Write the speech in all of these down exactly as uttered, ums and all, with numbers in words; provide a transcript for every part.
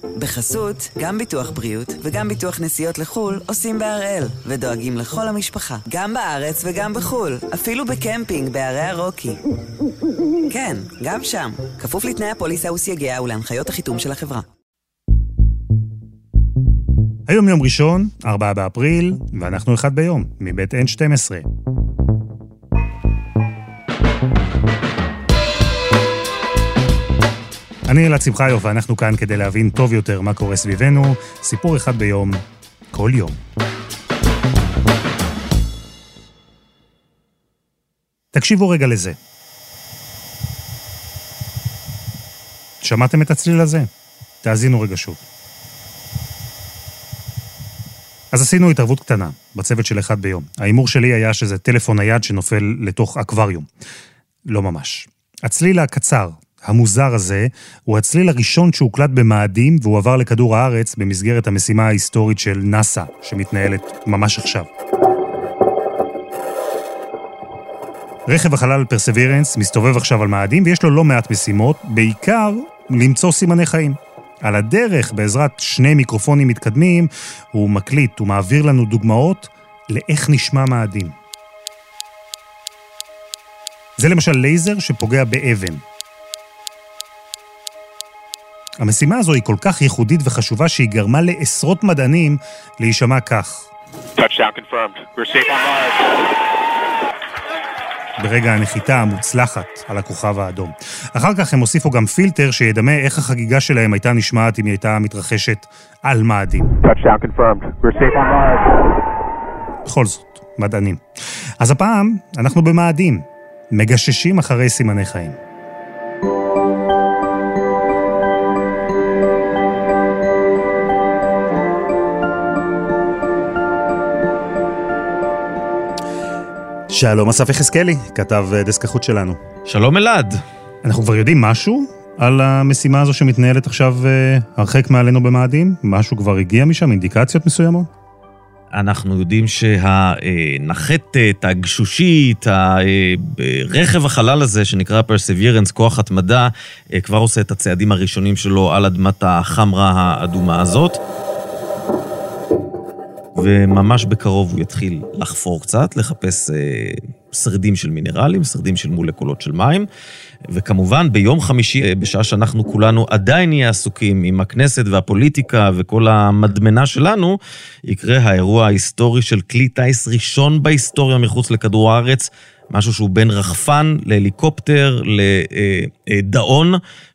בחסות, גם ביטוח בריאות וגם ביטוח נסיעות לחול עושים בהראל, ודואגים לכל המשפחה, גם בארץ וגם בחול, אפילו בקמפינג בערי הרוקי. כן, גם שם, כפוף לתנאי הפוליסה וסייגיה ולהנחיות החיתום של החברה. היום יום ראשון, ארבעה באפריל, ואנחנו אחד ביום, מבית אן שתים עשרה. אני אלעד שמחיוף, ואנחנו כאן כדי להבין טוב יותר מה קורה סביבנו, סיפור אחד ביום, כל יום. תקשיבו רגע לזה. שמעתם את הצליל הזה? תאזינו רגע שוב. אז עשינו התערבות קטנה, בצוות של אחד ביום. האימור שלי היה שזה טלפון נייד שנופל לתוך אקווריום. לא ממש. הצליל הקצר, המוזר הזה, הוא הצליל הראשון שהוקלט במאדים, והוא עבר לכדור הארץ במסגרת המשימה ההיסטורית של נאסא, שמתנהלת ממש עכשיו. רכב החלל פרסווירנס מסתובב עכשיו על מאדים, ויש לו לא מעט משימות, בעיקר למצוא סימני חיים. על הדרך, בעזרת שני מיקרופונים מתקדמים, הוא מקליט, הוא מעביר לנו דוגמאות לאיך נשמע מאדים. זה למשל לייזר שפוגע באבן. המשימה הזו היא כל כך ייחודית וחשובה שהיא גרמה לעשרות מדענים להישמע כך. Touchdown confirmed. We're safe on Mars. ברגע הנחיתה המוצלחת על הכוכב האדום. אחר כך הם הוסיפו גם פילטר שידמה איך החגיגה שלהם הייתה נשמעת אם היא הייתה מתרחשת על מאדים. Touchdown confirmed. We're safe on Mars. בכל זאת, מדענים. אז הפעם אנחנו במאדים, מגששים אחרי סימני חיים. שלום אסף יחזקאלי, כתב דסק החוץ שלנו. שלום אלעד. אנחנו כבר יודעים משהו על המשימה הזו שמתנהלת עכשיו הרחק מעלינו במאדים? משהו כבר הגיע משם, אינדיקציות מסוימות? אנחנו יודעים שהנחתת, הגשושית, הרכב החלל הזה שנקרא פרסווירנס, כוח התמדה, כבר עושה את הצעדים הראשונים שלו על אדמת החמרה האדומה הזאת. וממש בקרוב הוא יתחיל לחפור קצת, לחפש אה, שרידים של מינרלים, שרידים של מולקולות של מים, וכמובן ביום חמישי, אה, בשעה שאנחנו כולנו עדיין נהיה עסוקים עם הכנסת והפוליטיקה וכל המדמנה שלנו, יקרה האירוע ההיסטורי של כלי טייס ראשון בהיסטוריה מחוץ לכדור הארץ, משהו שהוא בין רחפן להליקופטר, לדאון,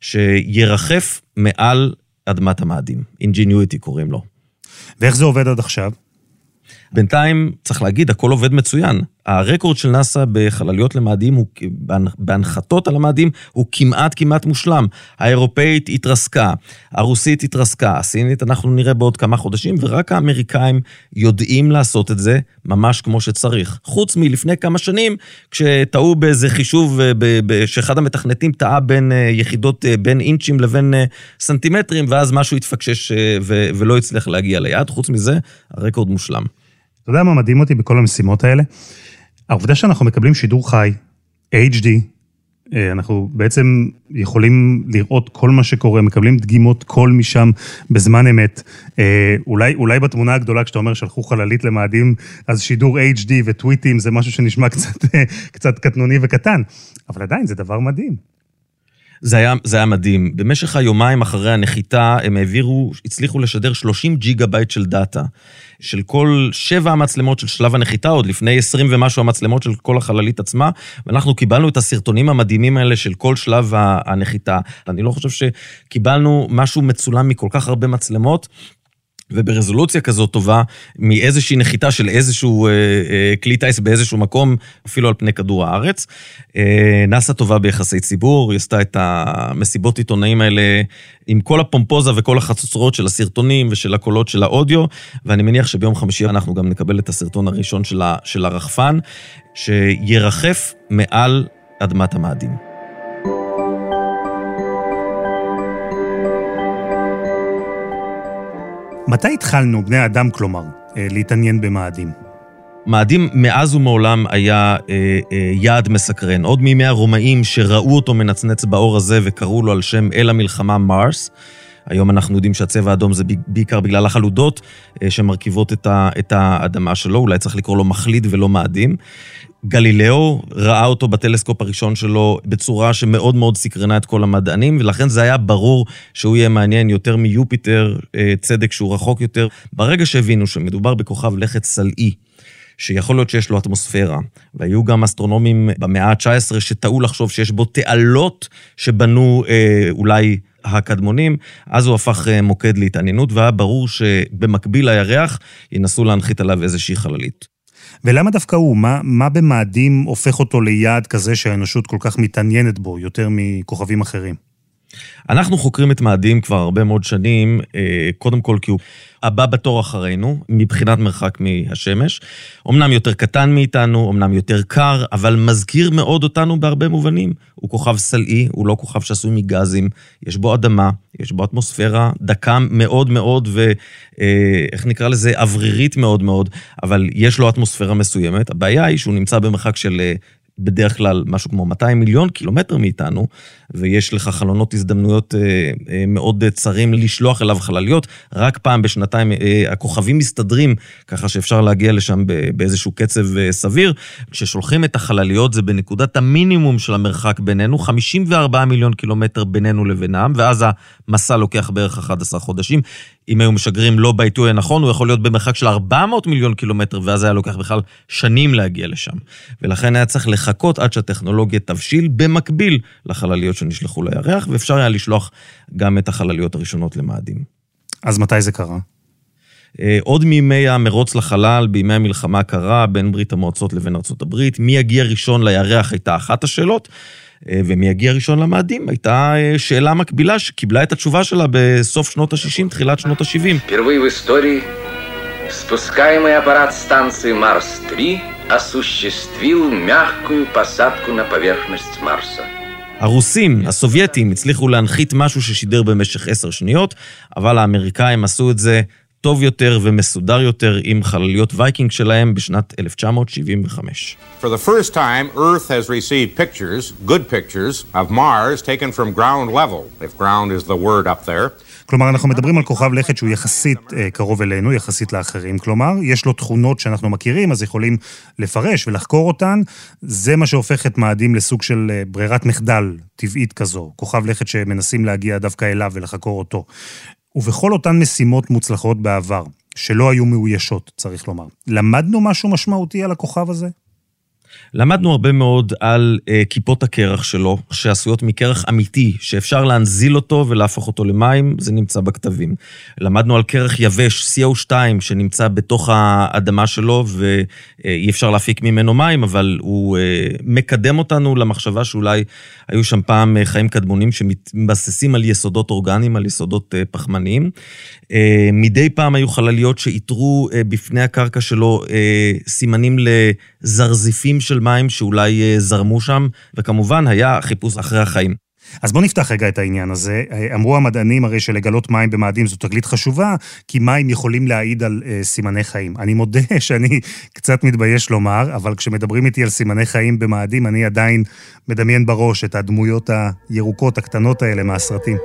שירחף מעל אדמת המאדים. Ingenuity קוראים לו. ואיך זה עובד עד עכשיו? בינתיים, צריך להגיד, הכל עובד מצוין. הרקורד של נאסא בחלליות למאדים, הוא, בהנחתות על המאדים, הוא כמעט כמעט מושלם. האירופאית התרסקה, הרוסית התרסקה, הסינית אנחנו נראה בעוד כמה חודשים, ורק האמריקאים יודעים לעשות את זה ממש כמו שצריך. חוץ מלפני כמה שנים, כשטעו באיזה חישוב, שאחד המתכנתים טעה בין יחידות, בין אינצ'ים לבין סנטימטרים, ואז משהו התפקשש ולא הצליח להגיע ליד. חוץ מזה, הרקורד מושלם. אתה יודע מה מדהים אותי בכל המשימות האלה? העובדה שאנחנו מקבלים שידור חי, אייץ' די, אנחנו בעצם יכולים לראות כל מה שקורה, מקבלים דגימות כל משם בזמן אמת. אולי, אולי בתמונה הגדולה, כשאתה אומר שלחו חללית למאדים, אז שידור אייץ' די וטוויטים זה משהו שנשמע קצת, קצת קטנוני וקטן. אבל עדיין זה דבר מדהים. זה היה, זה היה מדהים. במשך היומיים אחרי הנחיתה, הם העבירו, הצליחו לשדר שלושים ג'יגה בייט של דאטה, של כל שבע המצלמות של שלב הנחיתה, עוד לפני עשרים ומשהו המצלמות של כל החללית עצמה, ואנחנו קיבלנו את הסרטונים המדהימים האלה של כל שלב הנחיתה. אני לא חושב שקיבלנו משהו מצולם מכל כך הרבה מצלמות, וברזולוציה כזאת טובה, מאיזושהי נחיתה של איזשהו אה, אה, כלי טייס באיזשהו מקום, אפילו על פני כדור הארץ. אה, נאסא טובה ביחסי ציבור, היא עשתה את המסיבות עיתונאים האלה, עם כל הפומפוזה וכל החצוצרות של הסרטונים ושל הקולות של האודיו, ואני מניח שביום חמישי אנחנו גם נקבל את הסרטון הראשון של, ה, של הרחפן, שירחף מעל אדמת המאדים. מתי התחלנו, בני אדם כלומר, להתעניין במאדים? מאדים מאז ומעולם היה אה, אה, יעד מסקרן. עוד מימי הרומאים שראו אותו מנצנץ באור הזה וקראו לו על שם אל המלחמה מרס, היום אנחנו יודעים שהצבע האדום זה בעיקר בגלל החלודות שמרכיבות את האדמה שלו, אולי צריך לקרוא לו מחליד ולא מאדים. גלילאו ראה אותו בטלסקופ הראשון שלו בצורה שמאוד מאוד סקרנה את כל המדענים, ולכן זה היה ברור שהוא יהיה מעניין יותר מיופיטר, צדק שהוא רחוק יותר. ברגע שהבינו שמדובר בכוכב לכת סלעי, שיכול להיות שיש לו אטמוספירה, והיו גם אסטרונומים במאה ה-תשע עשרה שטעו לחשוב שיש בו תעלות שבנו אה, אולי הקדמונים, אז הוא הפך אה, מוקד להתעניינות, והיה ברור שבמקביל לירח ינסו להנחית עליו איזושהי חללית. ולמה דווקא הוא? מה, מה במאדים הופך אותו ליעד כזה שהאנושות כל כך מתעניינת בו, יותר מכוכבים אחרים? אנחנו חוקרים את מאדים כבר הרבה מאוד שנים, קודם כל כי הוא הבא בתור אחרינו, מבחינת מרחק מהשמש. אמנם יותר קטן מאיתנו, אמנם יותר קר, אבל מזכיר מאוד אותנו בהרבה מובנים. הוא כוכב סלעי, הוא לא כוכב שעשוי מגזים, יש בו אדמה, יש בו אטמוספירה דקה מאוד מאוד, ואיך נקרא לזה, אוורירית מאוד מאוד, אבל יש לו אטמוספירה מסוימת. הבעיה היא שהוא נמצא במרחק של בדרך כלל משהו כמו מאתיים מיליון קילומטר מאיתנו, ויש לך חלונות הזדמנויות מאוד צרים לשלוח אליו חלליות, רק פעם בשנתיים הכוכבים מסתדרים, ככה שאפשר להגיע לשם באיזשהו קצב סביר. כששולחים את החלליות זה בנקודת המינימום של המרחק בינינו, חמישים וארבעה מיליון קילומטר בינינו לבינם, ואז המסע לוקח בערך אחד עשר חודשים. אם היו משגרים לא בעיתוי הנכון, הוא יכול להיות במרחק של ארבע מאות מיליון קילומטר, ואז היה לוקח בכלל שנים להגיע לשם. ולכן היה צריך לחכות עד שהטכנולוגיה תבשיל במקביל לחלליות שנשלחו לירח, ואפשר היה לשלוח גם את החלליות הראשונות למאדים. אז מתי זה קרה? עוד מימי המרוץ לחלל, בימי המלחמה הקרה בין ברית המועצות לבין ארצות הברית, מי יגיע ראשון לירח הייתה אחת השאלות, ומי יגיע ראשון למאדים הייתה שאלה מקבילה שקיבלה את התשובה שלה בסוף שנות ה-שישים, תחילת שנות ה-שבעים. Впервые в истории спускаемый аппарат станции Марс-три осуществил мягкую посадку на поверхность Марса. הרוסים, הסובייטים, הצליחו להנחית משהו ששידר במשך עשר שניות, אבל האמריקאים עשו את זה טוב יותר ומסודר יותר עם חלליות וייקינג שלהם בשנת אלף תשע מאות שבעים וחמש. For the first time, Earth has received pictures, good pictures, of Mars taken from ground level, if ground is the word up there. כלומר, אנחנו מדברים על כוכב לכת שהוא יחסית קרוב אלינו, יחסית לאחרים. כלומר, יש לו תכונות שאנחנו מכירים, אז יכולים לפרש ולחקור אותן. זה מה שהופך את מאדים לסוג של ברירת מחדל טבעית כזו. כוכב לכת שמנסים להגיע דווקא אליו ולחקור אותו. ובכל אותן משימות מוצלחות בעבר, שלא היו מאוישות, צריך לומר. למדנו משהו משמעותי על הכוכב הזה? למדנו הרבה מאוד על uh, כיפות הקרח שלו, שעשויות מקרח אמיתי, שאפשר להנזיל אותו ולהפוך אותו למים, זה נמצא בכתבים. למדנו על קרח יבש, סי או שתיים, שנמצא בתוך האדמה שלו, ואי אפשר להפיק ממנו מים, אבל הוא uh, מקדם אותנו למחשבה שאולי היו שם פעם uh, חיים קדמונים שמתבססים על יסודות אורגניים, על יסודות uh, פחמניים. Uh, מדי פעם היו חלליות שיתרו uh, בפני הקרקע שלו uh, סימנים לזרזיפים של מים שאולי זרמו שם, וכמובן היה חיפוש אחרי החיים. אז בוא נפתח רגע את העניין הזה. אמרו המדענים הרי שלגלות מים במאדים זו תגלית חשובה, כי מים יכולים להעיד על uh, סימני חיים. אני מודה שאני קצת מתבייש לומר, אבל כשמדברים איתי על סימני חיים במאדים, אני עדיין מדמיין בראש את הדמויות הירוקות הקטנות האלה מהסרטים.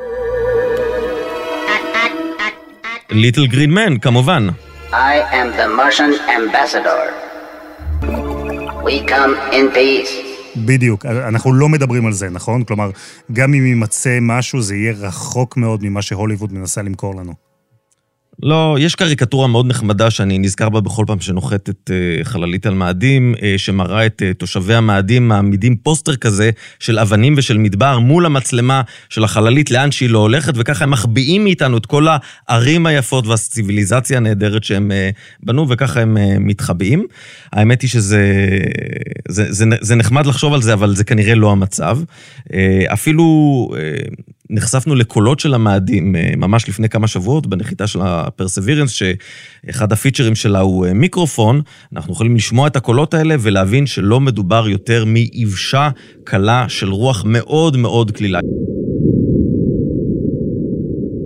ליטל גרין מן, כמובן. I am the Martian ambassador. We come in peace. בדיוק, אנחנו לא מדברים על זה, נכון? כלומר, גם אם יימצא משהו, זה יהיה רחוק מאוד ממה שהוליווד מנסה למכור לנו. לא, יש קריקטורה מאוד נחמדה שאני נזכר בה בכל פעם שנוחתת חללית על מאדים, שמראה את תושבי המאדים, מעמידים פוסטר כזה של אבנים ושל מדבר מול המצלמה של החללית לאן שהיא לא הולכת, וככה הם מחביאים מאיתנו את כל הערים היפות והציביליזציה הנהדרת שהם בנו, וככה הם מתחבאים. האמת היא שזה זה, זה, זה נחמד לחשוב על זה, אבל זה כנראה לא המצב. אפילו נחשפנו לקולות של המאדים ממש לפני כמה שבועות בנחיתה של הפרסווירנס, שאחד הפיצ'רים שלה הוא מיקרופון. אנחנו יכולים לשמוע את הקולות האלה ולהבין שלא מדובר יותר מאבשה קלה של רוח מאוד מאוד כלילה.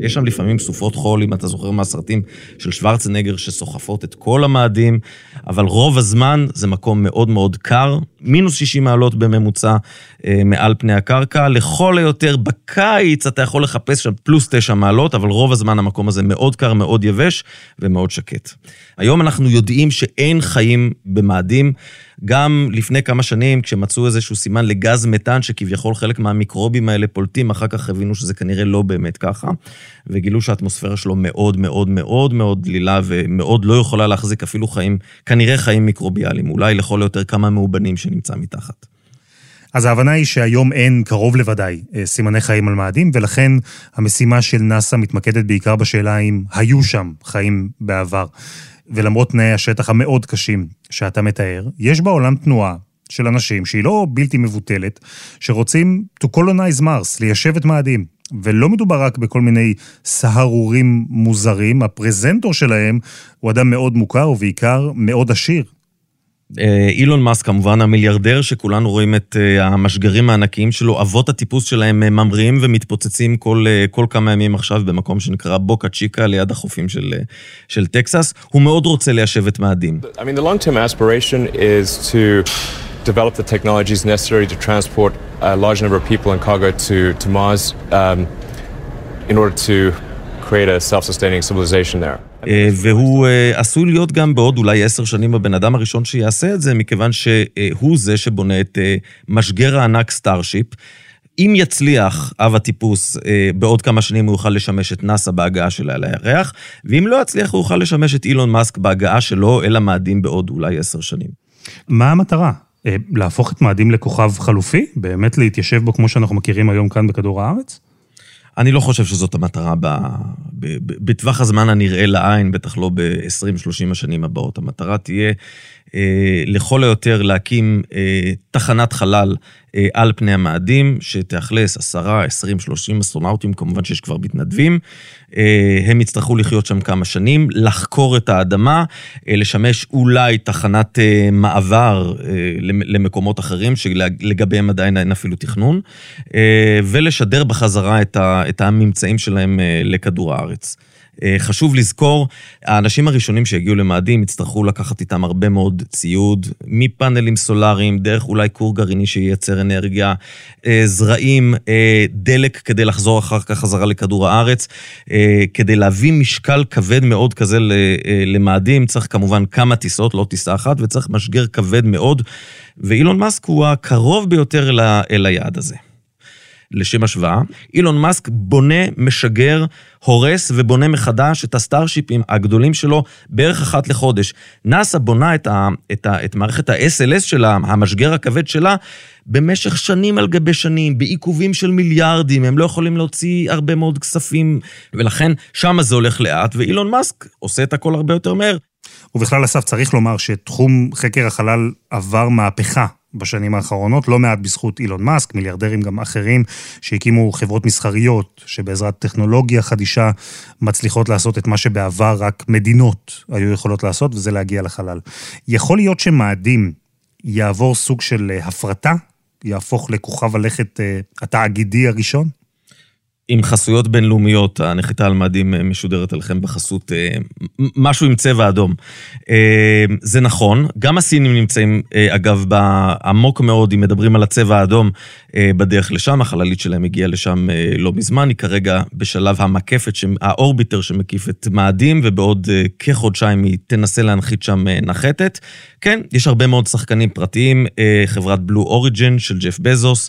יש שם לפעמים סופות חול, אם אתה זוכר מהסרטים של שוורצנגר שסוחפות את כל המאדים, אבל רוב הזמן זה מקום מאוד מאוד קר, מינוס שישים מעלות בממוצע מעל פני הקרקע, לכל היותר בקיץ אתה יכול לחפש שם פלוס תשע מעלות, אבל רוב הזמן המקום הזה מאוד קר, מאוד יבש ומאוד שקט. היום אנחנו יודעים שאין חיים במאדים, גם לפני כמה שנים כשמצאו איזשהו סימן לגז מתאן שכביכול חלק מהמיקרובים האלה פולטים, אחר כך הבינו שזה כנראה לא באמת ככה, וגילו שהאטמוספירה שלו מאוד מאוד מאוד מאוד דלילה ומאוד לא יכולה להחזיק אפילו חיים, כנראה חיים מיקרוביאליים, אולי לכל היותר כמה מאובנים שנמצא מתחת. אז ההבנה היא שהיום אין קרוב לוודאי סימני חיים על מאדים, ולכן המשימה של נאסא מתמקדת בעיקר בשאלה אם היו שם חיים בעבר. ולמרות תנאי השטח המאוד קשים שאתה מתאר, יש בעולם תנועה של אנשים שהיא לא בלתי מבוטלת, שרוצים to colonize Mars, ליישב את מאדים. ולא מדובר רק בכל מיני סהרורים מוזרים, הפרזנטור שלהם הוא אדם מאוד מוכר ובעיקר מאוד עשיר. אילון מאסק, כמובן המיליארדר שכולנו רואים את המשגרים הענקיים שלו, אבות הטיפוס שלהם ממריאים ומתפוצצים כל, כל כמה ימים עכשיו במקום שנקרא בוקה צ'יקה ליד החופים של, של טקסס. הוא מאוד רוצה ליישב את מאדים. I mean, the long-term aspiration is to develop the technologies necessary to transport a large number of people and cargo to, to Mars um, in order to create a self-sustaining civilization there. והוא עשוי להיות גם בעוד אולי עשר שנים הבן אדם הראשון שיעשה את זה, מכיוון שהוא זה שבונה את משגר הענק סטארשיפ. אם יצליח אב הטיפוס, בעוד כמה שנים הוא יוכל לשמש את נאסא בהגעה שלה אל הירח, ואם לא יצליח הוא יוכל לשמש את אילון מאסק בהגעה שלו אל המאדים בעוד אולי עשר שנים. מה המטרה? להפוך את מאדים לכוכב חלופי? באמת להתיישב בו כמו שאנחנו מכירים היום כאן בכדור הארץ? אני לא חושב שזאת המטרה ב, ב, ב, בטווח הזמן הנראה לעין, בטח לא ב-עשרים שלושים השנים הבאות. המטרה תהיה אה, לכל היותר להקים אה, תחנת חלל אה, על פני המאדים, שתאכלס עשרה, עשרים, שלושים אסטרונאוטים, כמובן שיש כבר מתנדבים. אה, הם יצטרכו לחיות שם כמה שנים, לחקור את האדמה, אה, לשמש אולי תחנת אה, מעבר אה, למקומות אחרים, שלגביהם עדיין אין אפילו תכנון, אה, ולשדר בחזרה את ה... את הממצאים שלהם לכדור הארץ. חשוב לזכור, האנשים הראשונים שהגיעו למאדים יצטרכו לקחת איתם הרבה מאוד ציוד, מפאנלים סולאריים, דרך אולי כור גרעיני שייצר אנרגיה, זרעים, דלק כדי לחזור אחר כך חזרה לכדור הארץ, כדי להביא משקל כבד מאוד כזה למאדים, צריך כמובן כמה טיסות, לא טיסה אחת, וצריך משגר כבד מאוד, ואילון מאסק הוא הקרוב ביותר אל היעד הזה. לשם השוואה, אילון מאסק בונה, משגר, הורס ובונה מחדש את הסטארשיפים הגדולים שלו בערך אחת לחודש. נאסא בונה את, ה, את, ה, את מערכת ה-אס אל אס שלה, המשגר הכבד שלה, במשך שנים על גבי שנים, בעיכובים של מיליארדים, הם לא יכולים להוציא הרבה מאוד כספים, ולכן שם זה הולך לאט, ואילון מאסק עושה את הכל הרבה יותר מהר. ובכלל אסף צריך לומר שתחום חקר החלל עבר מהפכה, בשנים האחרונות, לא מעט בזכות אילון מאסק, מיליארדרים גם אחרים שהקימו חברות מסחריות, שבעזרת טכנולוגיה חדישה מצליחות לעשות את מה שבעבר רק מדינות היו יכולות לעשות, וזה להגיע לחלל. יכול להיות שמאדים יעבור סוג של הפרטה, יהפוך לכוכב הלכת התאגידי הראשון? עם חסויות בינלאומיות, הנחיתה על מאדים משודרת עליכם בחסות משהו עם צבע אדום. זה נכון, גם הסינים נמצאים, אגב, בעמוק מאוד, אם מדברים על הצבע האדום בדרך לשם, החללית שלהם הגיעה לשם לא מזמן, היא כרגע בשלב המקפת, האורביטר שמקיף את מאדים, ובעוד כחודשיים היא תנסה להנחית שם נחתת. כן, יש הרבה מאוד שחקנים פרטיים, חברת בלו אוריג'ן של ג'ף בזוס,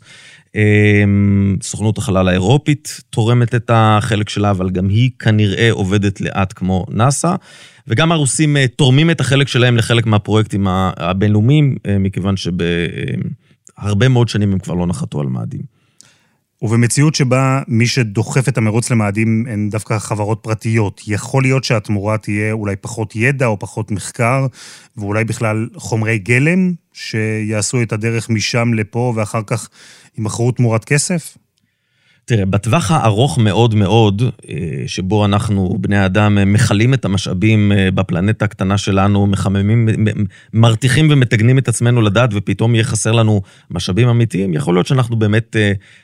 סוכנות החלל האירופית תורמת את החלק שלה, אבל גם היא כנראה עובדת לאט כמו נאסא, וגם הרוסים תורמים את החלק שלהם לחלק מהפרויקטים הבינלאומיים, מכיוון שבהרבה מאוד שנים הם כבר לא נחתו על מאדים. ובמציאות שבה מי שדוחף את המרוץ למאדים הן דווקא חברות פרטיות, יכול להיות שהתמורה תהיה אולי פחות ידע או פחות מחקר, ואולי בכלל חומרי גלם שיעשו את הדרך משם לפה ואחר כך ימכרו תמורת כסף? תראה, בטווח הארוך מאוד מאוד, שבו אנחנו, בני האדם, מחלים את המשאבים בפלנטה הקטנה שלנו, מחממים, מרתיחים ומתגנים את עצמנו לדעת, ופתאום יהיה חסר לנו משאבים אמיתיים, יכול להיות שאנחנו באמת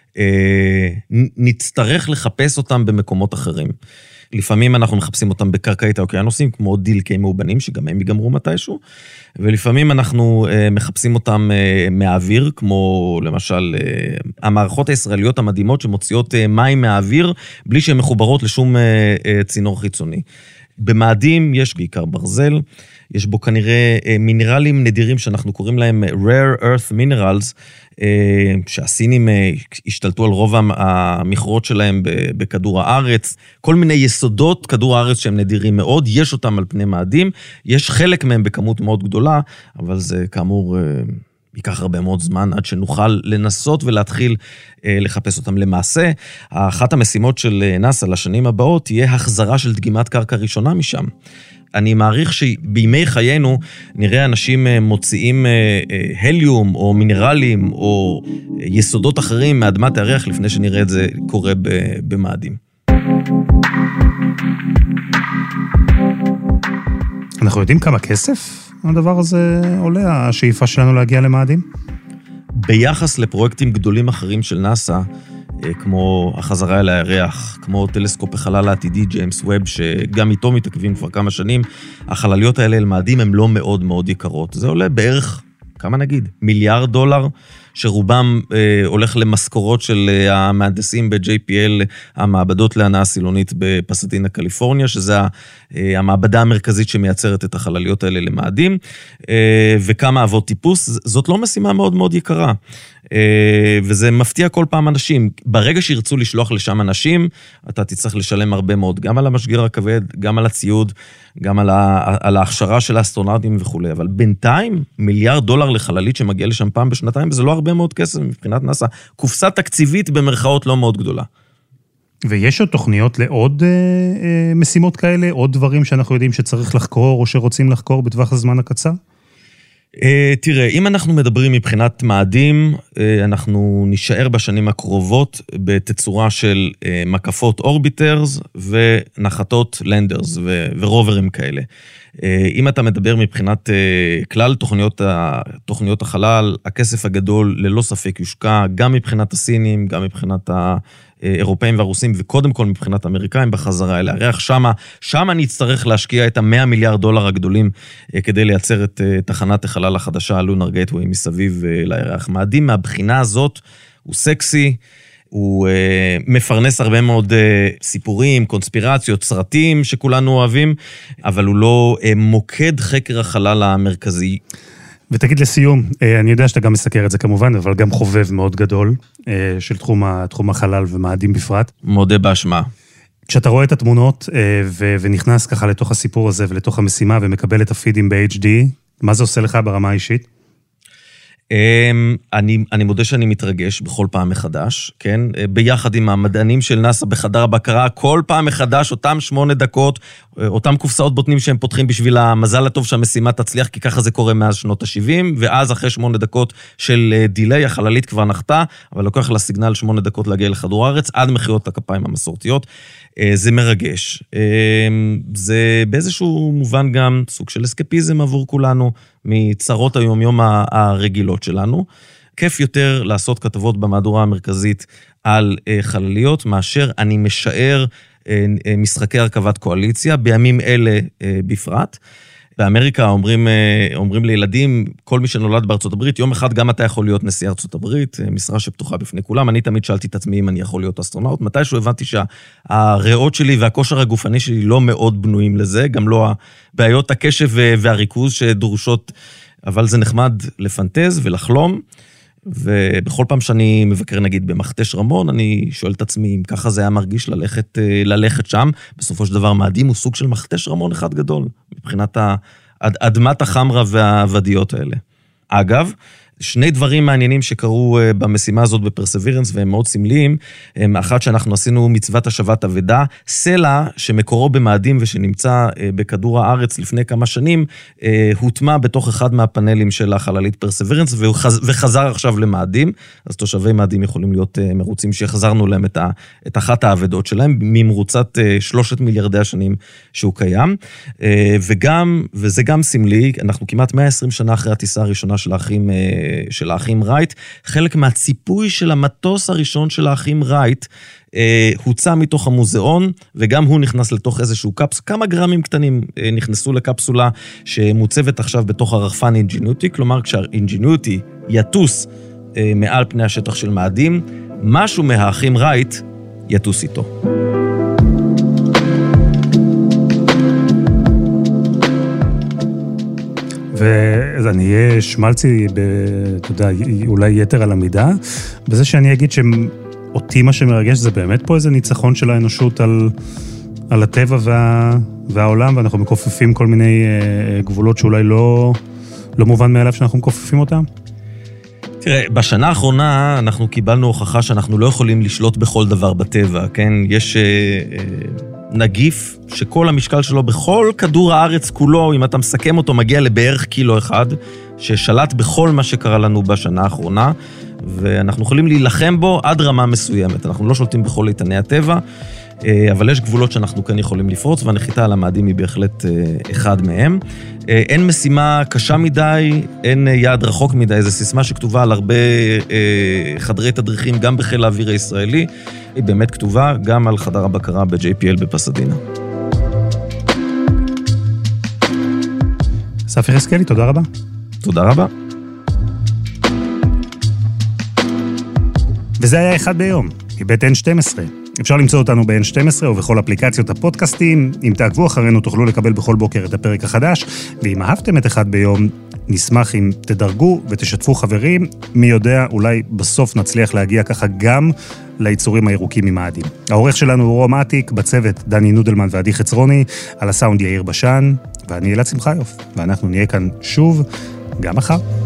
נצטרך לחפש אותם במקומות אחרים. לפעמים אנחנו מחפשים אותם בקרקעית האוקיינוסים, כמו דילקי מאובנים, שגם הם ייגמרו מתישהו, ולפעמים אנחנו מחפשים אותם מהאוויר, כמו למשל המערכות הישראליות המדהימות, שמוציאות מים מהאוויר, בלי שהן מחוברות לשום צינור חיצוני. במאדים יש בעיקר ברזל, יש בו כנראה מינרלים נדירים שאנחנו קוראים להם rare earth minerals, שהסינים השתלטו על רוב המכרות שלהם בכדור הארץ, כל מיני יסודות כדור הארץ שהם נדירים מאוד, יש אותם על פני מאדים, יש חלק מהם בכמות מאוד גדולה, אבל זה כאמור ייקח הרבה מאוד זמן עד שנוכל לנסות ולהתחיל לחפש אותם. למעשה, אחת המשימות של נאס"א לשנים הבאות תהיה החזרה של דגימת קרקע ראשונה משם. אני מעריך שבימי חיינו נראה אנשים מוציאים הליום או מינרלים או יסודות אחרים מאדמת הירח לפני שנראה את זה קורה במאדים. אנחנו יודעים כמה כסף הדבר הזה עולה, השאיפה שלנו להגיע למאדים? ביחס לפרויקטים גדולים אחרים של נאס"א, כמו החזרה אל הירח, כמו טלסקופ החלל העתידי, ג'יימס ווב, שגם איתו מתעכבים כבר כמה שנים, החלליות האלה אל מאדים הן לא מאוד מאוד יקרות. זה עולה בערך, כמה נגיד, מיליארד דולר, שרובם אה, הולך למשכורות של אה, המהנדסים ב-ג'יי פי אל, המעבדות להנעה סילונית בפסדינה, קליפורניה, שזה אה, המעבדה המרכזית שמייצרת את החלליות האלה למאדים, אה, וכמה אבות טיפוס. זאת לא משימה מאוד מאוד יקרה. וזה מפתיע כל פעם אנשים. ברגע שירצו לשלוח לשם אנשים, אתה תצטרך לשלם הרבה מאוד, גם על המשגר הכבד, גם על הציוד, גם על, ה, על ההכשרה של האסטרונאוטים וכו'. אבל בינתיים, מיליארד דולר לחללית שמגיע לשם פעם בשנתיים, וזה לא הרבה מאוד כסף מבחינת נאס"א. קופסה תקציבית במרכאות לא מאוד גדולה. ויש עוד תוכניות לעוד אה, אה, משימות כאלה, עוד דברים שאנחנו יודעים שצריך לחקור, או שרוצים לחקור בטווח הזמן הקצר? תראה, אם אנחנו מדברים מבחינת מאדים, אנחנו נשאר בשנים הקרובות בתצורה של מקפות אורביטרס ונחתות לנדרס ורוברים כאלה. אם אתה מדבר מבחינת כלל תוכניות, תוכניות החלל, הכסף הגדול ללא ספק יושקע גם מבחינת הסינים, גם מבחינת האירופאים והרוסים, וקודם כל מבחינת האמריקאים בחזרה אל הירח. שמה, שמה נצטרך להשקיע את המאה מיליארד דולר הגדולים כדי לייצר את תחנת החלל החדשה, לונר גייטווי, מסביב לירח. מאדים מהבחינה הזאת הוא סקסי, הוא uh, מפרנס הרבה מאוד uh, סיפורים, קונספירציות, סרטים שכולנו אוהבים, אבל הוא לא uh, מוקד חקר החלל המרכזי. ותגיד לסיום, uh, אני יודע שאתה גם מסקר את זה כמובן, אבל גם חובב מאוד גדול uh, של תחום, תחום החלל ומאדים בפרט. מודה באשמה. כשאתה רואה את התמונות uh, ו- ונכנס ככה לתוך הסיפור הזה ולתוך המשימה ומקבל את הפידים ב-אייץ' די, מה זה עושה לך ברמה האישית? אני, אני מודה שאני מתרגש בכל פעם מחדש, כן? ביחד עם המדענים של נאס"א בחדר הבקרה, כל פעם מחדש, אותם שמונה דקות, אותם קופסאות בוטנים שהם פותחים בשביל המזל הטוב שהמשימה תצליח, כי ככה זה קורה מאז שנות ה-שבעים, ואז אחרי שמונה דקות של דילי, החללית כבר נחתה, אבל לוקח לה סיגנל שמונה דקות להגיע לכדור הארץ, עד מחיאות הכפיים המסורתיות. זה מרגש. זה באיזשהו מובן גם סוג של אסקפיזם עבור כולנו, מצרות היומיום הרגילות שלנו. כיף יותר לעשות כתבות במהדורה המרכזית על חלליות, מאשר אני משער משחקי הרכבת קואליציה, בימים אלה בפרט. באמריקה אומרים, אומרים לילדים, כל מי שנולד בארצות הברית, יום אחד גם אתה יכול להיות נשיא ארצות הברית, משרה שפתוחה בפני כולם. אני תמיד שאלתי את עצמי אם אני יכול להיות אסטרונאוט. מתישהו הבנתי שהריאות שלי והכושר הגופני שלי לא מאוד בנויים לזה, גם לא הבעיות הקשב והריכוז שדרושות, אבל זה נחמד לפנטז ולחלום. ובכל פעם שאני מבקר נגיד במכתש רמון, אני שואל את עצמי אם ככה זה היה מרגיש ללכת, ללכת שם. בסופו של דבר מאדים הוא סוג של מכתש רמון אחד גדול, מבחינת אדמת החמרה והוודיות האלה. אגב, שני דברים מעניינים שקרו במשימה הזאת בפרסווירנס, והם מאוד סמליים, הם אחת שאנחנו עשינו מצוות השבת אבדה, סלע שמקורו במאדים ושנמצא בכדור הארץ לפני כמה שנים, הוטמע בתוך אחד מהפאנלים של החללית פרסווירנס, וחזר עכשיו למאדים, אז תושבי מאדים יכולים להיות מרוצים שחזרנו להם את, ה, את אחת האבדות שלהם, ממרוצת שלושת מיליארדי השנים שהוא קיים, וגם, וזה גם סמלי, אנחנו כמעט מאה ועשרים שנה אחרי הטיסה הראשונה של האחים, של האחים רייט, חלק מהציפוי של המטוס הראשון של האחים רייט, הוצא מתוך המוזיאון, וגם הוא נכנס לתוך איזשהו קפסולה, כמה גרמים קטנים נכנסו לקפסולה, שמוצבת עכשיו בתוך הרחפן אינג'יניוטי, כלומר כשהאינג'יניוטי יטוס מעל פני השטח של מאדים, משהו מהאחים רייט יטוס איתו. ואני אהיה שמלצי, אתה יודע, אולי יתר על המידה, בזה שאני אגיד שאותי מה שמרגש זה באמת פה איזה ניצחון של האנושות על, על הטבע וה, והעולם, ואנחנו מקופפים כל מיני גבולות שאולי לא, לא מובן מאליו שאנחנו מקופפים אותם. תראה, בשנה האחרונה אנחנו קיבלנו הוכחה שאנחנו לא יכולים לשלוט בכל דבר בטבע, כן? יש אה, אה, נגיף שכל המשקל שלו בכל כדור הארץ כולו, אם אתה מסכם אותו, מגיע לבערך קילו אחד, ששלט בכל מה שקרה לנו בשנה האחרונה, ואנחנו יכולים להילחם בו עד רמה מסוימת. אנחנו לא שולטים בכל איתני הטבע, אבל יש גבולות שאנחנו כאן יכולים לפרוץ, והנחיתה על המאדים היא בהחלט אחד מהם. אין משימה קשה מדי, אין יעד רחוק מדי, זו סיסמה שכתובה על הרבה חדרי תדריכים, גם בחיל האוויר הישראלי, היא באמת כתובה גם על חדר הבקרה ב-ג'יי פי אל בפסדינה. ספי חזקאלי, תודה רבה. תודה רבה. וזה היה אחד ביום, מבית אן שתים עשרה. אפשר למצוא אותנו ב-אן שתים עשרה ובכל אפליקציות הפודקאסטים. אם תעקבו אחרינו תוכלו לקבל בכל בוקר את הפרק החדש, ואם אהבתם את אחד ביום, נשמח אם תדרגו ותשתפו חברים. מי יודע, אולי בסוף נצליח להגיע ככה גם ליצורים הירוקים ממאדים. העורך שלנו הוא רום עתיק, בצוות דני נודלמן ועדי חצרוני, על הסאונד יאיר בשן, ואני אלעד שמחיוף, ואנחנו נהיה כאן שוב גם מחר.